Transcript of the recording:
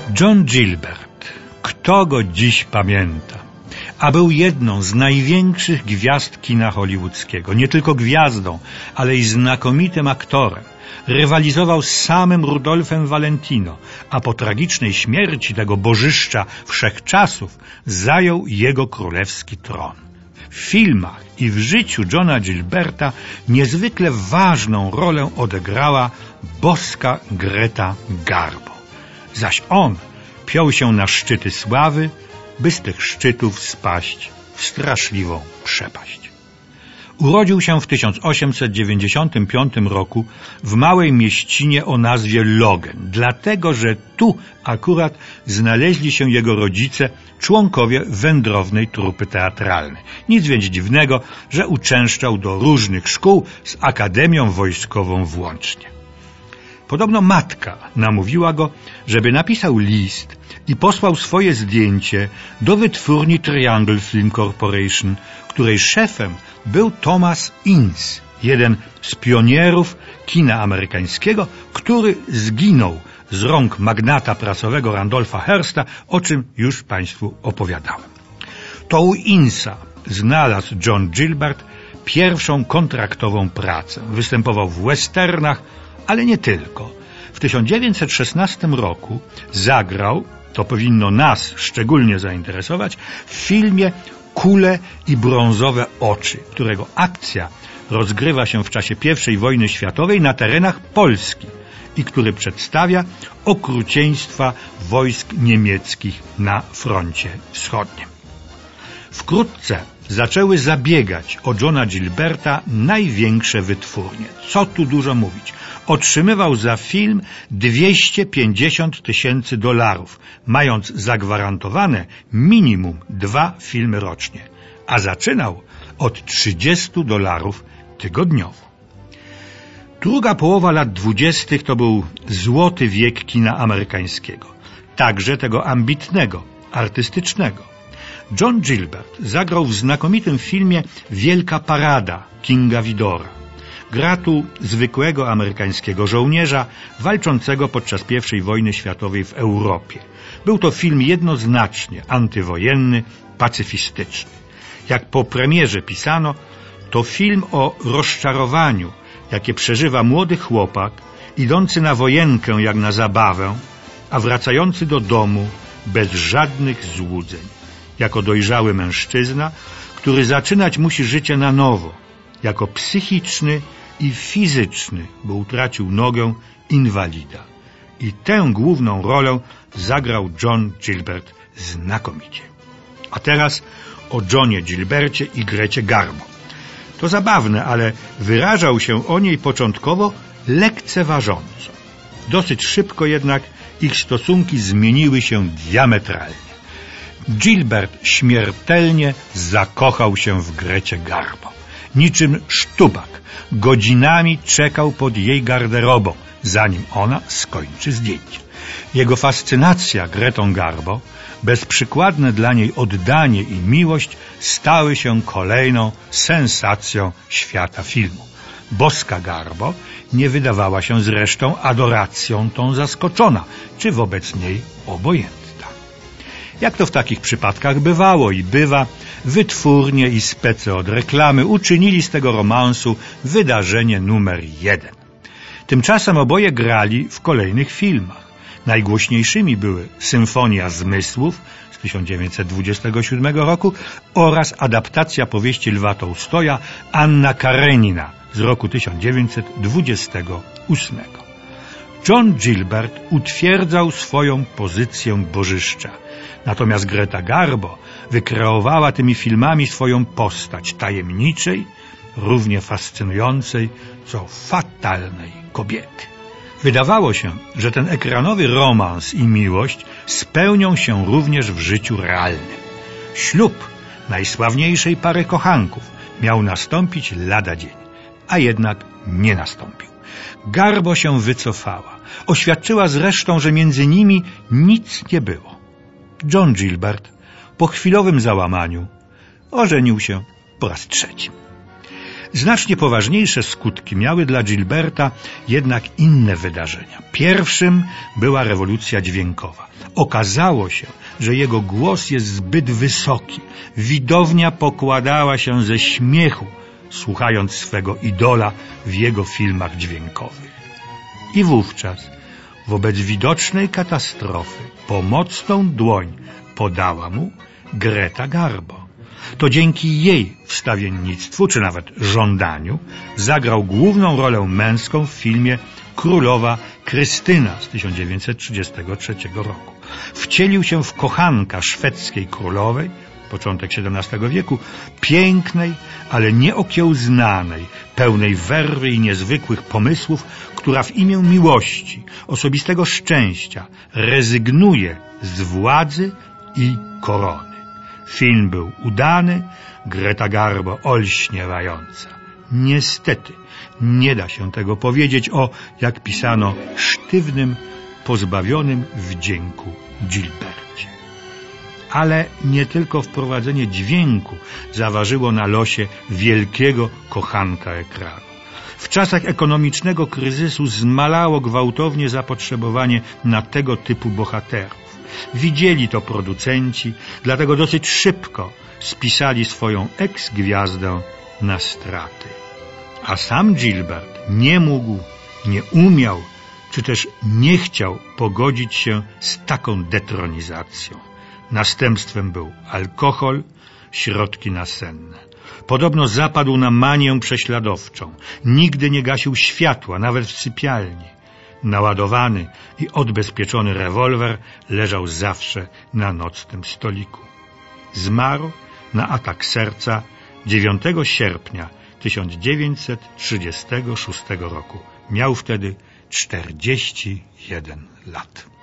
John Gilbert, kto go dziś pamięta? A był jedną z największych gwiazd kina hollywoodzkiego. Nie tylko gwiazdą, ale i znakomitym aktorem. Rywalizował z samym Rudolfem Valentino, a po tragicznej śmierci tego bożyszcza wszechczasów zajął jego królewski tron. W filmach i w życiu Johna Gilberta niezwykle ważną rolę odegrała boska Greta Garbo. Zaś on piął się na szczyty sławy, by z tych szczytów spaść w straszliwą przepaść. Urodził się w 1895 roku w małej mieścinie o nazwie Logan, dlatego że tu akurat znaleźli się jego rodzice, członkowie wędrownej trupy teatralnej. Nic więc dziwnego, że uczęszczał do różnych szkół z Akademią Wojskową włącznie. Podobno matka namówiła go, żeby napisał list i posłał swoje zdjęcie do wytwórni Triangle Film Corporation, której szefem był Thomas Ince, jeden z pionierów kina amerykańskiego, który zginął z rąk magnata prasowego Randolpha Hearsta, o czym już Państwu opowiadałem. To u Ince'a znalazł John Gilbert pierwszą kontraktową pracę. Występował w westernach, ale nie tylko. W 1916 roku zagrał, to powinno nas szczególnie zainteresować, w filmie Kule i brązowe oczy, którego akcja rozgrywa się w czasie I wojny światowej na terenach Polski i który przedstawia okrucieństwa wojsk niemieckich na froncie wschodnim. Wkrótce zaczęły zabiegać o Johna Gilberta największe wytwórnie. Co tu dużo mówić. Otrzymywał za film $250,000, mając zagwarantowane minimum 2 filmy rocznie, a zaczynał od $30 tygodniowo. Druga połowa lat 20. to był złoty wiek kina amerykańskiego, także tego ambitnego, artystycznego. John Gilbert zagrał w znakomitym filmie Wielka Parada Kinga Vidora. Gra tu zwykłego amerykańskiego żołnierza walczącego podczas I wojny światowej w Europie. Był to film jednoznacznie antywojenny, pacyfistyczny. Jak po premierze pisano, to film o rozczarowaniu, jakie przeżywa młody chłopak, idący na wojenkę jak na zabawę, a wracający do domu bez żadnych złudzeń. Jako dojrzały mężczyzna, który zaczynać musi życie na nowo, jako psychiczny i fizyczny, bo utracił nogę, inwalida. I tę główną rolę zagrał John Gilbert znakomicie. A teraz o Johnie Gilbercie i Grecie Garbo. To zabawne, ale wyrażał się o niej początkowo lekceważąco. Dosyć szybko jednak ich stosunki zmieniły się diametralnie. Gilbert śmiertelnie zakochał się w Grecie Garbo. Niczym sztubak godzinami czekał pod jej garderobą, zanim ona skończy zdjęcie. Jego fascynacja Gretą Garbo, bezprzykładne dla niej oddanie i miłość stały się kolejną sensacją świata filmu. Boska Garbo nie wydawała się zresztą adoracją tą zaskoczona, czy wobec niej obojętna. Jak to w takich przypadkach bywało i bywa, wytwórnie i spece od reklamy uczynili z tego romansu wydarzenie numer 1. Tymczasem oboje grali w kolejnych filmach. Najgłośniejszymi były Symfonia Zmysłów z 1927 roku oraz adaptacja powieści Lwa Tołstoja Anna Karenina z roku 1928. John Gilbert utwierdzał swoją pozycję bożyszcza. Natomiast Greta Garbo wykreowała tymi filmami swoją postać tajemniczej, równie fascynującej, co fatalnej kobiety. Wydawało się, że ten ekranowy romans i miłość spełnią się również w życiu realnym. Ślub najsławniejszej pary kochanków miał nastąpić lada dzień, a jednak nie nastąpił. Garbo się wycofała. Oświadczyła zresztą, że między nimi nic nie było. John Gilbert po chwilowym załamaniu ożenił się po raz 3. Znacznie poważniejsze skutki miały dla Gilberta jednak inne wydarzenia. Pierwszym była rewolucja dźwiękowa. Okazało się, że jego głos jest zbyt wysoki. Widownia pokładała się ze śmiechu, słuchając swego idola w jego filmach dźwiękowych. I wówczas, wobec widocznej katastrofy, pomocną dłoń podała mu Greta Garbo. To dzięki jej wstawiennictwu, czy nawet żądaniu, zagrał główną rolę męską w filmie Królowa Krystyna z 1933 roku. Wcielił się w kochanka szwedzkiej królowej, początek XVII wieku, pięknej, ale nieokiełznanej, pełnej werwy i niezwykłych pomysłów, która w imię miłości, osobistego szczęścia rezygnuje z władzy i korony. Film był udany, Greta Garbo olśniewająca. Niestety nie da się tego powiedzieć o, jak pisano, sztywnym, pozbawionym wdzięku Gilbercie. Ale nie tylko wprowadzenie dźwięku zaważyło na losie wielkiego kochanka ekranu. W czasach ekonomicznego kryzysu zmalało gwałtownie zapotrzebowanie na tego typu bohaterów. Widzieli to producenci, dlatego dosyć szybko spisali swoją eks-gwiazdę na straty. A sam Gilbert nie mógł, nie umiał, czy też nie chciał pogodzić się z taką detronizacją. Następstwem był alkohol, środki nasenne. Podobno zapadł na manię prześladowczą. Nigdy nie gasił światła, nawet w sypialni. Naładowany i odbezpieczony rewolwer leżał zawsze na nocnym stoliku. Zmarł na atak serca 9 sierpnia 1936 roku. Miał wtedy 41 lat.